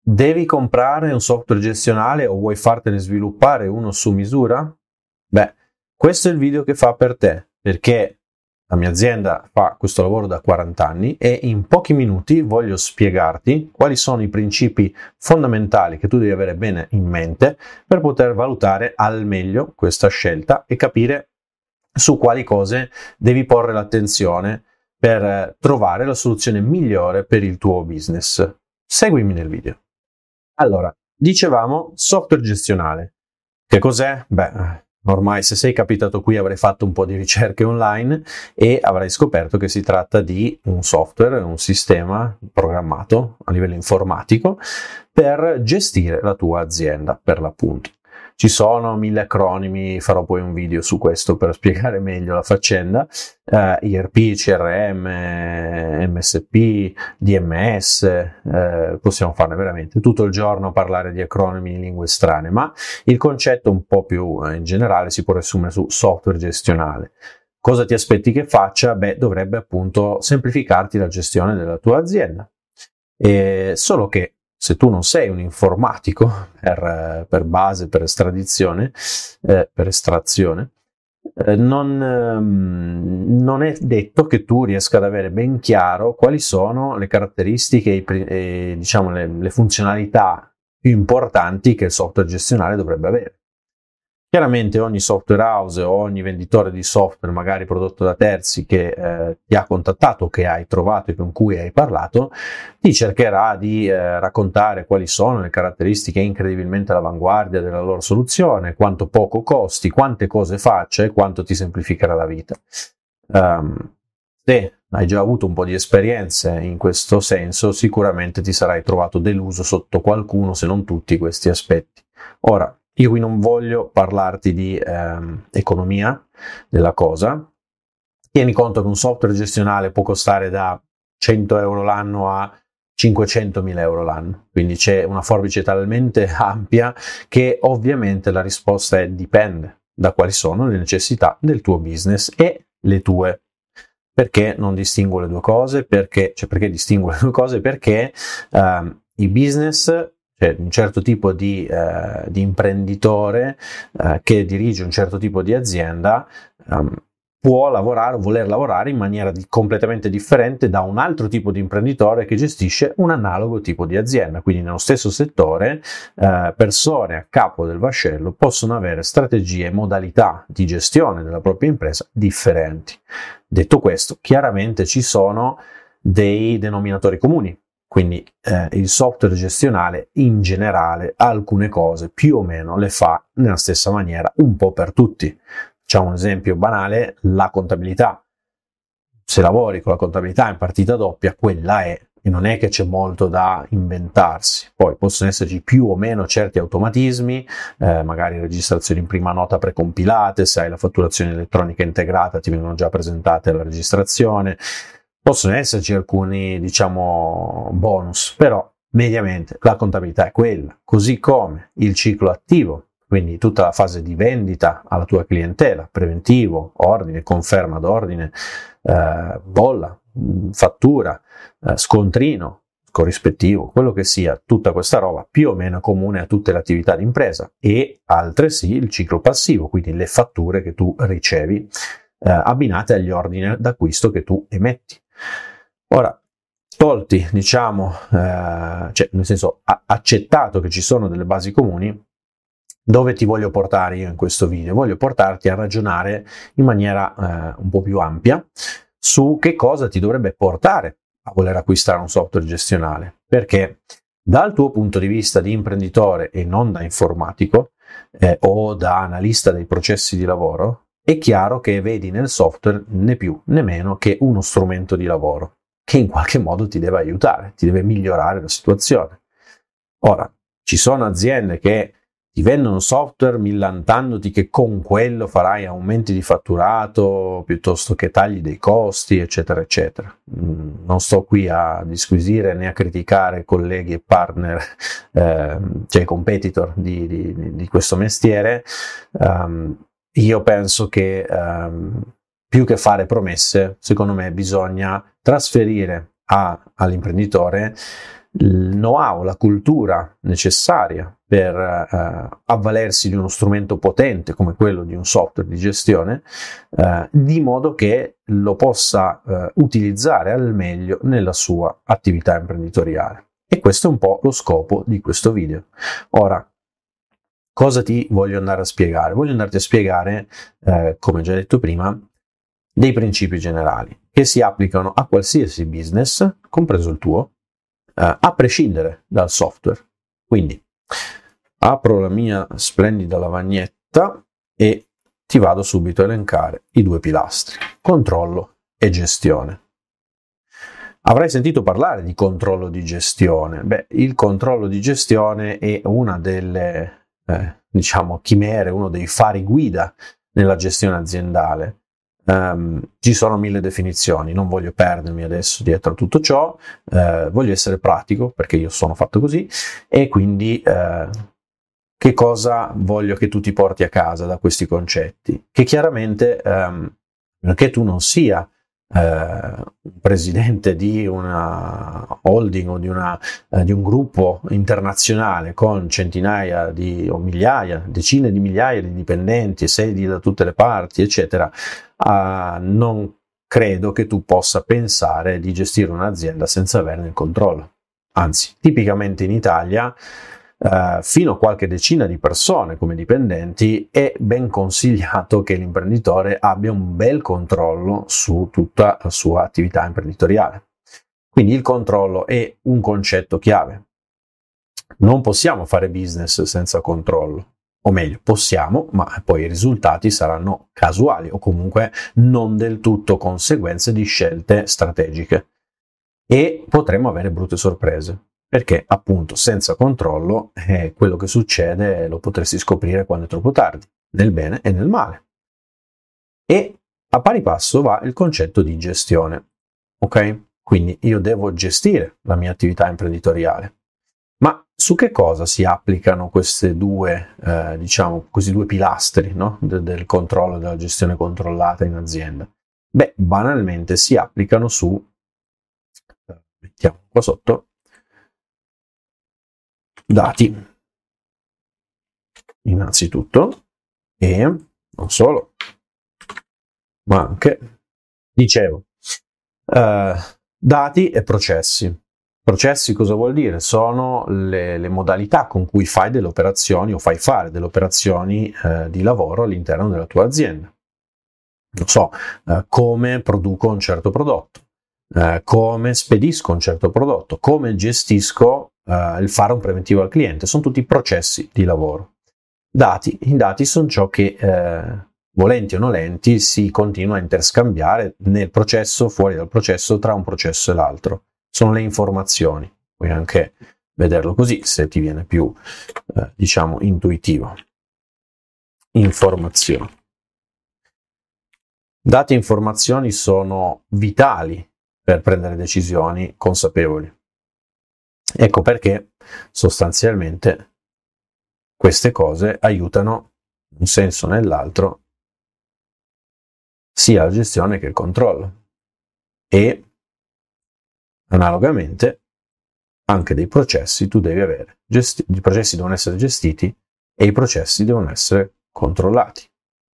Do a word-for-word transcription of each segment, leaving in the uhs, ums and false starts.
Devi comprare un software gestionale o vuoi fartene sviluppare uno su misura? Beh, questo è il video che fa per te, perché la mia azienda fa questo lavoro da quaranta anni e in pochi minuti voglio spiegarti quali sono i principi fondamentali che tu devi avere bene in mente per poter valutare al meglio questa scelta e capire su quali cose devi porre l'attenzione per trovare la soluzione migliore per il tuo business. Seguimi nel video. Allora, dicevamo software gestionale. Che cos'è? Beh, ormai se sei capitato qui avrai fatto un po' di ricerche online e avrai scoperto che si tratta di un software, un sistema programmato a livello informatico per gestire la tua azienda, per l'appunto. Ci sono mille acronimi, farò poi un video su questo per spiegare meglio la faccenda, eh, I R P, C R M, M S P, D M S, eh, possiamo farne veramente tutto il giorno parlare di acronimi in lingue strane, ma il concetto un po' più in generale si può riassumere su software gestionale. Cosa ti aspetti che faccia? Beh, dovrebbe appunto semplificarti la gestione della tua azienda. E solo che se tu non sei un informatico per, per base, per estradizione, eh, per estrazione, eh, non, ehm, non è detto che tu riesca ad avere ben chiaro quali sono le caratteristiche e, e diciamo le, le funzionalità più importanti che il software gestionale dovrebbe avere. Chiaramente ogni software house o ogni venditore di software, magari prodotto da terzi, che eh, ti ha contattato, che hai trovato e con cui hai parlato, ti cercherà di eh, raccontare quali sono le caratteristiche incredibilmente all'avanguardia della loro soluzione, quanto poco costi, quante cose faccia e quanto ti semplificherà la vita. Um, se hai già avuto un po' di esperienze in questo senso, sicuramente ti sarai trovato deluso sotto qualcuno, se non tutti, questi aspetti. Ora, io qui non voglio parlarti di ehm, economia della cosa. Tieni conto che un software gestionale può costare da cento euro l'anno a cinquecentomila euro l'anno, quindi c'è una forbice talmente ampia che ovviamente la risposta è dipende da quali sono le necessità del tuo business e le tue. Perché non distingo le due cose? Perché, cioè perché distingo le due cose? Perché ehm, i business, cioè un certo tipo di, eh, di imprenditore eh, che dirige un certo tipo di azienda um, può lavorare o voler lavorare in maniera di, completamente differente da un altro tipo di imprenditore che gestisce un analogo tipo di azienda. Quindi nello stesso settore eh, persone a capo del vascello possono avere strategie e modalità di gestione della propria impresa differenti. Detto questo, chiaramente ci sono dei denominatori comuni. Quindi eh, il software gestionale in generale alcune cose più o meno le fa nella stessa maniera un po' per tutti. Facciamo un esempio banale, la contabilità. Se lavori con la contabilità in partita doppia, quella è, e non è che c'è molto da inventarsi. Poi possono esserci più o meno certi automatismi, eh, magari registrazioni in prima nota precompilate, se hai la fatturazione elettronica integrata ti vengono già presentate alla registrazione. Possono esserci alcuni, diciamo, bonus, però mediamente la contabilità è quella, così come il ciclo attivo, quindi tutta la fase di vendita alla tua clientela, preventivo, ordine, conferma d'ordine, eh, bolla, fattura, eh, scontrino, corrispettivo, quello che sia, tutta questa roba più o meno comune a tutte le attività di impresa e altresì il ciclo passivo, quindi le fatture che tu ricevi eh, abbinate agli ordini d'acquisto che tu emetti. Ora, tolti, diciamo, eh, cioè nel senso a- accettato che ci sono delle basi comuni, dove ti voglio portare io in questo video? Voglio portarti a ragionare in maniera eh, un po' più ampia su che cosa ti dovrebbe portare a voler acquistare un software gestionale, perché dal tuo punto di vista di imprenditore e non da informatico eh, o da analista dei processi di lavoro, è chiaro che vedi nel software né più né meno che uno strumento di lavoro che in qualche modo ti deve aiutare, ti deve migliorare la situazione. Ora, ci sono aziende che ti vendono software millantandoti che con quello farai aumenti di fatturato piuttosto che tagli dei costi, eccetera, eccetera. Non sto qui a disquisire né a criticare colleghi e partner, eh, cioè competitor di, di, di questo mestiere. Um, io penso che um, più che fare promesse, secondo me bisogna trasferire a, all'imprenditore il know-how, la cultura necessaria per eh, avvalersi di uno strumento potente come quello di un software di gestione, eh, di modo che lo possa eh, utilizzare al meglio nella sua attività imprenditoriale. E questo è un po' lo scopo di questo video. Ora, cosa ti voglio andare a spiegare? Voglio andarti a spiegare, eh, come già detto prima, dei principi generali che si applicano a qualsiasi business, compreso il tuo, eh, a prescindere dal software. Quindi apro la mia splendida lavagnetta e ti vado subito a elencare i due pilastri: controllo e gestione. Avrai sentito parlare di controllo di gestione. Beh, il controllo di gestione è una delle, eh, diciamo, chimere, uno dei fari guida nella gestione aziendale. Um, ci sono mille definizioni, non voglio perdermi adesso dietro a tutto ciò, uh, voglio essere pratico perché io sono fatto così, e quindi uh, che cosa voglio che tu ti porti a casa da questi concetti? Che chiaramente um, che tu non sia uh, un presidente di una holding o di, una, uh, di un gruppo internazionale con centinaia di, o migliaia, decine di migliaia di dipendenti, sedi da tutte le parti, eccetera. Uh, non credo che tu possa pensare di gestire un'azienda senza averne il controllo. Anzi, tipicamente in Italia, uh, fino a qualche decina di persone come dipendenti, è ben consigliato che l'imprenditore abbia un bel controllo su tutta la sua attività imprenditoriale. Quindi il controllo è un concetto chiave. Non possiamo fare business senza controllo. O meglio, possiamo, ma poi i risultati saranno casuali o comunque non del tutto conseguenze di scelte strategiche. E potremo avere brutte sorprese, perché appunto senza controllo eh, quello che succede lo potresti scoprire quando è troppo tardi, nel bene e nel male. E a pari passo va il concetto di gestione, ok? Quindi io devo gestire la mia attività imprenditoriale. Ma su che cosa si applicano queste due, eh, diciamo, questi due pilastri, no? De- del controllo e della gestione controllata in azienda? Beh, banalmente si applicano su, eh, mettiamo qua sotto, dati, innanzitutto, e non solo, ma anche, dicevo, eh, dati e processi. Processi cosa vuol dire? Sono le, le modalità con cui fai delle operazioni o fai fare delle operazioni eh, di lavoro all'interno della tua azienda. Non so, eh, come produco un certo prodotto, eh, come spedisco un certo prodotto, come gestisco eh, il fare un preventivo al cliente. Sono tutti processi di lavoro. Dati, i dati sono ciò che, eh, volenti o nolenti, si continua a interscambiare nel processo, fuori dal processo, tra un processo e l'altro. Sono le informazioni, puoi anche vederlo così se ti viene più, eh, diciamo, intuitivo. Informazioni. Dati e informazioni sono vitali per prendere decisioni consapevoli. Ecco perché sostanzialmente queste cose aiutano, in un senso o nell'altro, sia la gestione che il controllo. E analogamente anche dei processi tu devi avere. Gesti- I processi devono essere gestiti e i processi devono essere controllati.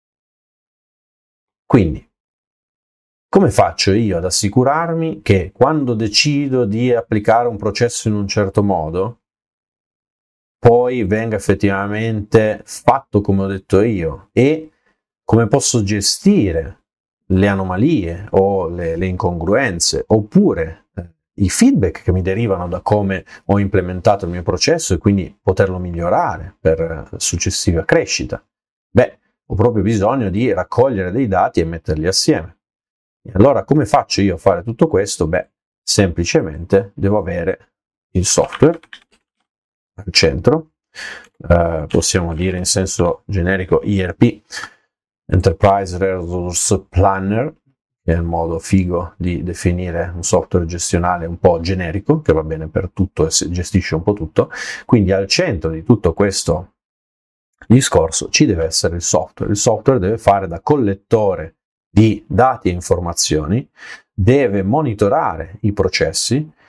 Quindi, come faccio io ad assicurarmi che quando decido di applicare un processo in un certo modo, poi venga effettivamente fatto come ho detto io, e come posso gestire le anomalie o le, le incongruenze, oppure eh, i feedback che mi derivano da come ho implementato il mio processo e quindi poterlo migliorare per successiva crescita? Beh, ho proprio bisogno di raccogliere dei dati e metterli assieme. E allora come faccio io a fare tutto questo? Beh, semplicemente devo avere il software al centro, eh, possiamo dire in senso generico E R P, Enterprise Resource Planner, che è il modo figo di definire un software gestionale un po' generico, che va bene per tutto e gestisce un po' tutto. Quindi al centro di tutto questo discorso ci deve essere il software. Il software deve fare da collettore di dati e informazioni, deve monitorare i processi,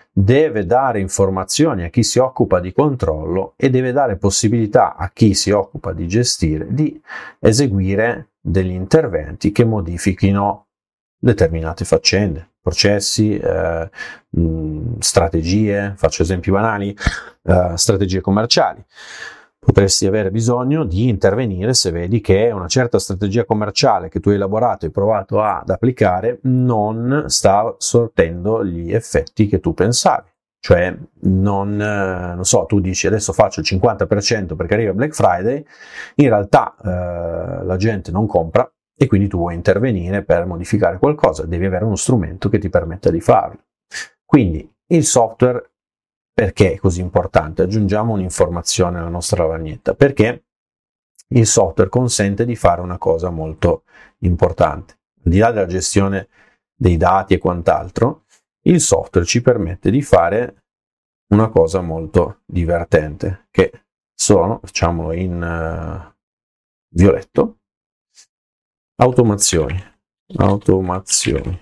deve dare informazioni a chi si occupa di controllo e deve dare possibilità a chi si occupa di gestire di eseguire degli interventi che modifichino determinate faccende, processi, eh, mh, strategie, faccio esempi banali, eh, strategie commerciali. Potresti avere bisogno di intervenire se vedi che una certa strategia commerciale che tu hai elaborato e provato ad applicare non sta sortendo gli effetti che tu pensavi. Cioè, non, eh, non so, tu dici adesso faccio il cinquanta per cento perché arriva Black Friday, in realtà eh, la gente non compra e quindi tu vuoi intervenire per modificare qualcosa, devi avere uno strumento che ti permetta di farlo. Quindi il software, perché è così importante? Aggiungiamo un'informazione alla nostra lavagnetta, perché il software consente di fare una cosa molto importante. Al di là della gestione dei dati e quant'altro, il software ci permette di fare una cosa molto divertente, che sono, facciamolo in uh, violetto, automazioni. Automazioni.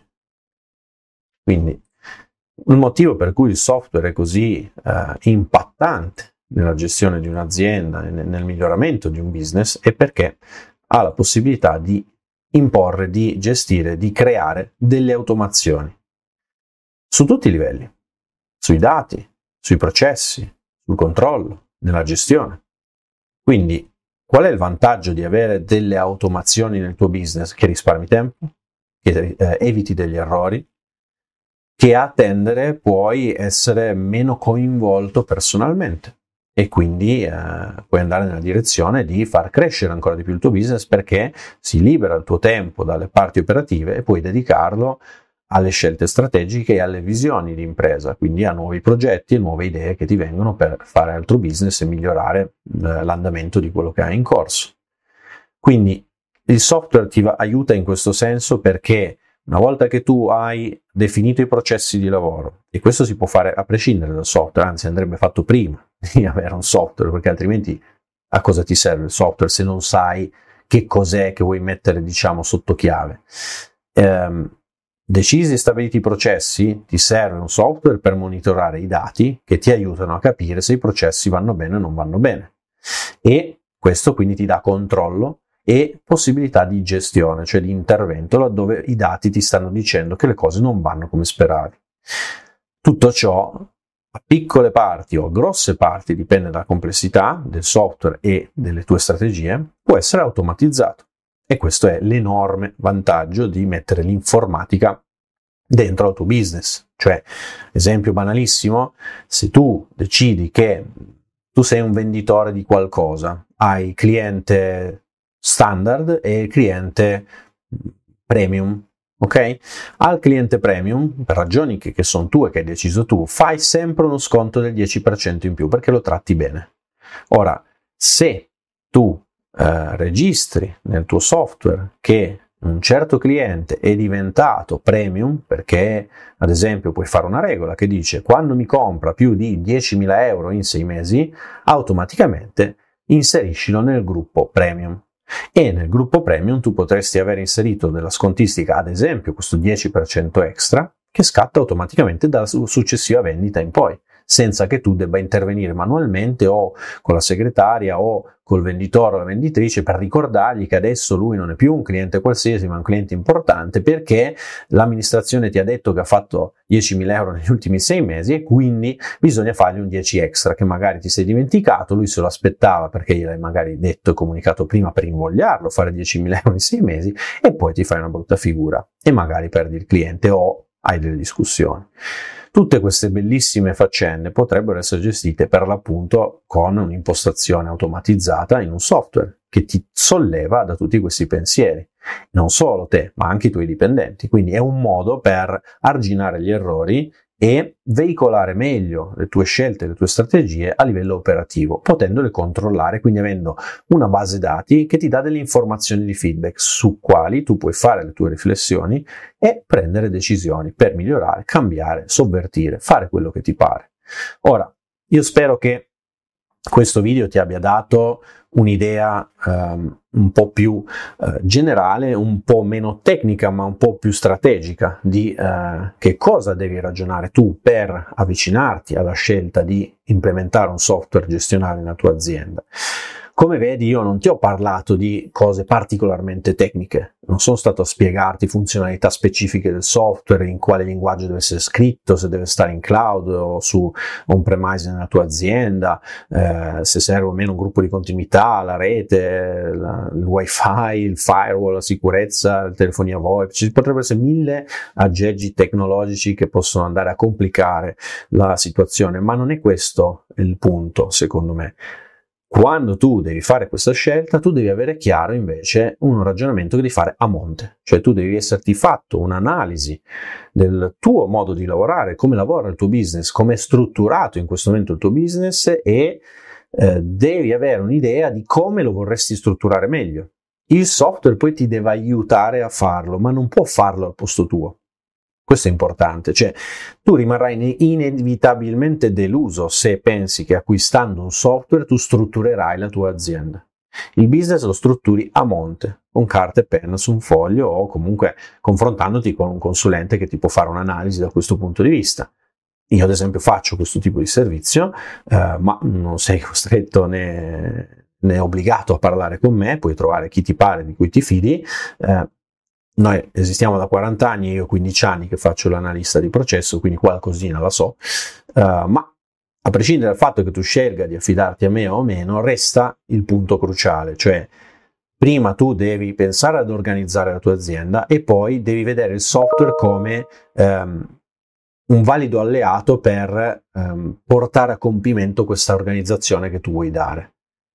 Quindi il motivo per cui il software è così eh, impattante nella gestione di un'azienda e nel miglioramento di un business è perché ha la possibilità di imporre, di gestire, di creare delle automazioni su tutti i livelli, sui dati, sui processi, sul controllo, nella gestione. Quindi qual è il vantaggio di avere delle automazioni nel tuo business? Che risparmi tempo, che eh, eviti degli errori, che a tendere puoi essere meno coinvolto personalmente e quindi eh, puoi andare nella direzione di far crescere ancora di più il tuo business, perché si libera il tuo tempo dalle parti operative e puoi dedicarlo alle scelte strategiche e alle visioni di impresa, quindi a nuovi progetti e nuove idee che ti vengono per fare altro business e migliorare eh, l'andamento di quello che hai in corso. Quindi il software ti va, aiuta in questo senso, perché una volta che tu hai definito i processi di lavoro, e questo si può fare a prescindere dal software, anzi andrebbe fatto prima di avere un software, perché altrimenti a cosa ti serve il software se non sai che cos'è che vuoi mettere, diciamo, sotto chiave. Ehm, decisi e stabiliti i processi, ti serve un software per monitorare i dati che ti aiutano a capire se i processi vanno bene o non vanno bene. E questo quindi ti dà controllo e possibilità di gestione, cioè di intervento, laddove i dati ti stanno dicendo che le cose non vanno come speravi. Tutto ciò, a piccole parti o a grosse parti, dipende dalla complessità del software e delle tue strategie, può essere automatizzato. E questo è l'enorme vantaggio di mettere l'informatica dentro al tuo business. Cioè, esempio banalissimo, se tu decidi che tu sei un venditore di qualcosa, hai cliente standard e il cliente premium, ok? Al cliente premium, per ragioni che, che sono tue, che hai deciso tu, fai sempre uno sconto del dieci per cento in più perché lo tratti bene. Ora, se tu eh, registri nel tuo software che un certo cliente è diventato premium, perché ad esempio puoi fare una regola che dice quando mi compra più di diecimila euro in sei mesi, automaticamente inseriscilo nel gruppo premium. E nel gruppo premium tu potresti aver inserito della scontistica, ad esempio questo dieci per cento extra, che scatta automaticamente dalla successiva vendita in poi, senza che tu debba intervenire manualmente o con la segretaria o col venditore o la venditrice per ricordargli che adesso lui non è più un cliente qualsiasi ma un cliente importante, perché l'amministrazione ti ha detto che ha fatto diecimila euro negli ultimi sei mesi e quindi bisogna fargli un dieci extra che magari ti sei dimenticato, lui se lo aspettava perché gliel'hai magari detto e comunicato prima per invogliarlo a fare diecimila euro in sei mesi e poi ti fai una brutta figura e magari perdi il cliente o hai delle discussioni. Tutte queste bellissime faccende potrebbero essere gestite per l'appunto con un'impostazione automatizzata in un software che ti solleva da tutti questi pensieri. Non solo te, ma anche i tuoi dipendenti. Quindi è un modo per arginare gli errori e veicolare meglio le tue scelte, le tue strategie a livello operativo, potendole controllare, quindi avendo una base dati che ti dà delle informazioni di feedback su quali tu puoi fare le tue riflessioni e prendere decisioni per migliorare, cambiare, sovvertire, fare quello che ti pare. Ora, io spero che questo video ti abbia dato un'idea um, un po' più uh, generale, un po' meno tecnica, ma un po' più strategica di uh, che cosa devi ragionare tu per avvicinarti alla scelta di implementare un software gestionale nella tua azienda. Come vedi, io non ti ho parlato di cose particolarmente tecniche, non sono stato a spiegarti funzionalità specifiche del software, in quale linguaggio deve essere scritto, se deve stare in cloud o su on-premise nella tua azienda, eh, se serve o meno un gruppo di continuità, la rete, la, il wifi, il firewall, la sicurezza, la telefonia VoIP. Ci potrebbero essere mille aggeggi tecnologici che possono andare a complicare la situazione, ma non è questo il punto, secondo me. Quando tu devi fare questa scelta, tu devi avere chiaro invece un ragionamento che devi fare a monte, cioè tu devi esserti fatto un'analisi del tuo modo di lavorare, come lavora il tuo business, come è strutturato in questo momento il tuo business e eh, devi avere un'idea di come lo vorresti strutturare meglio. Il software poi ti deve aiutare a farlo, ma non può farlo al posto tuo. Questo è importante, cioè tu rimarrai inevitabilmente deluso se pensi che acquistando un software tu strutturerai la tua azienda. Il business lo strutturi a monte, con carta e penna su un foglio o comunque confrontandoti con un consulente che ti può fare un'analisi da questo punto di vista. Io ad esempio faccio questo tipo di servizio, eh, ma non sei costretto né, né obbligato a parlare con me, puoi trovare chi ti pare, di cui ti fidi. Eh, Noi esistiamo da quaranta anni, io quindici anni che faccio l'analista di processo, quindi qualcosina la so, uh, ma a prescindere dal fatto che tu scelga di affidarti a me o meno, resta il punto cruciale, cioè prima tu devi pensare ad organizzare la tua azienda e poi devi vedere il software come um, un valido alleato per um, portare a compimento questa organizzazione che tu vuoi dare.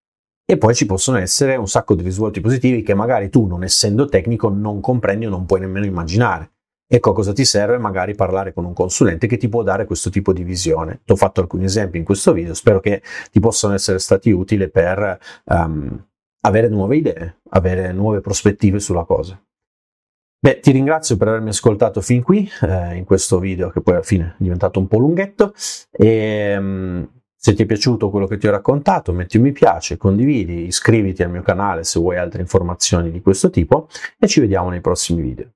E poi ci possono essere un sacco di risvolti positivi che magari tu, non essendo tecnico, non comprendi o non puoi nemmeno immaginare. Ecco a cosa ti serve magari parlare con un consulente che ti può dare questo tipo di visione. Ti ho fatto alcuni esempi in questo video, spero che ti possano essere stati utili per um, avere nuove idee, avere nuove prospettive sulla cosa. Beh, ti ringrazio per avermi ascoltato fin qui, eh, in questo video che poi alla fine è diventato un po' lunghetto, e um, se ti è piaciuto quello che ti ho raccontato, metti un mi piace, condividi, iscriviti al mio canale se vuoi altre informazioni di questo tipo e ci vediamo nei prossimi video.